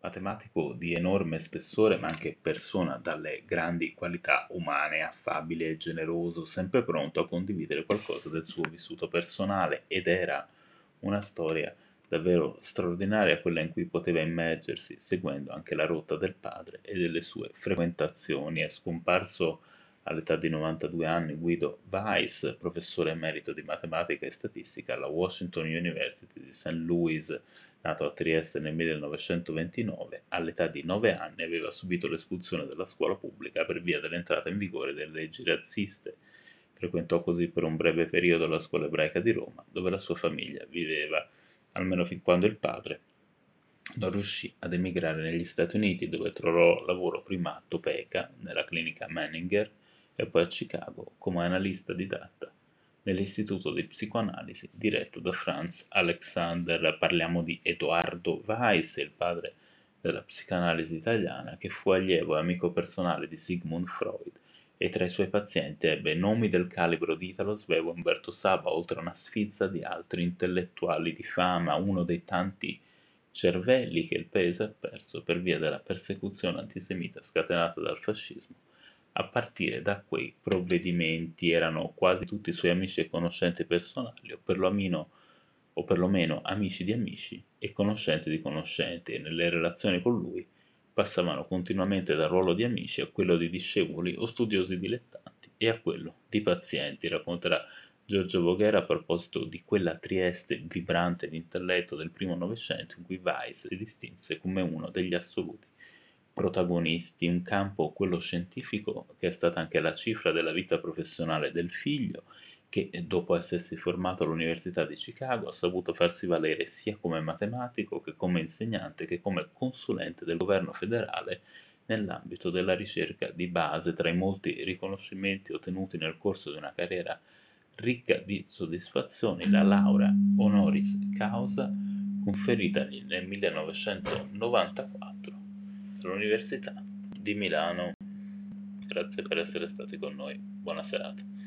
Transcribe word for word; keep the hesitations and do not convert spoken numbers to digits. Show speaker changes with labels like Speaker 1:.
Speaker 1: matematico di enorme spessore, ma anche persona dalle grandi qualità umane, affabile e generoso, sempre pronto a condividere qualcosa del suo vissuto personale, ed era una storia davvero straordinaria quella in cui poteva immergersi, seguendo anche la rotta del padre e delle sue frequentazioni. È scomparso all'età di novantadue anni Guido Weiss, professore emerito di matematica e statistica alla Washington University di Saint Louis. Nato a Trieste nel millenovecentoventinove, all'età di nove anni aveva subito l'espulsione dalla scuola pubblica per via dell'entrata in vigore delle leggi razziste. Frequentò così per un breve periodo la scuola ebraica di Roma, dove la sua famiglia viveva, almeno fin quando il padre non riuscì ad emigrare negli Stati Uniti, dove trovò lavoro prima a Topeka, nella clinica Menninger, e poi a Chicago come analista didatta nell'istituto di psicoanalisi diretto da Franz Alexander. Parliamo di Edoardo Weiss, il padre della psicanalisi italiana, che fu allievo e amico personale di Sigmund Freud, e tra i suoi pazienti ebbe nomi del calibro di Italo Svevo e Umberto Saba, oltre a una sfilza di altri intellettuali di fama, uno dei tanti cervelli che il paese ha perso per via della persecuzione antisemita scatenata dal fascismo. A partire da quei provvedimenti erano quasi tutti suoi amici e conoscenti personali, o perlomeno, o perlomeno amici di amici e conoscenti di conoscenti, e nelle relazioni con lui passavano continuamente dal ruolo di amici a quello di discepoli o studiosi dilettanti e a quello di pazienti. Racconterà Giorgio Voghera a proposito di quella Trieste vibrante di intelletto del primo Novecento in cui Weiss si distinse come uno degli assoluti protagonisti, un campo, quello scientifico, che è stata anche la cifra della vita professionale del figlio, che dopo essersi formato all'Università di Chicago ha saputo farsi valere sia come matematico che come insegnante che come consulente del governo federale nell'ambito della ricerca di base. Tra i molti riconoscimenti ottenuti nel corso di una carriera ricca di soddisfazioni, la laurea honoris causa conferitagli nel millenovecentonovantaquattro all'Università di Milano. Grazie per essere stati con noi, buona serata.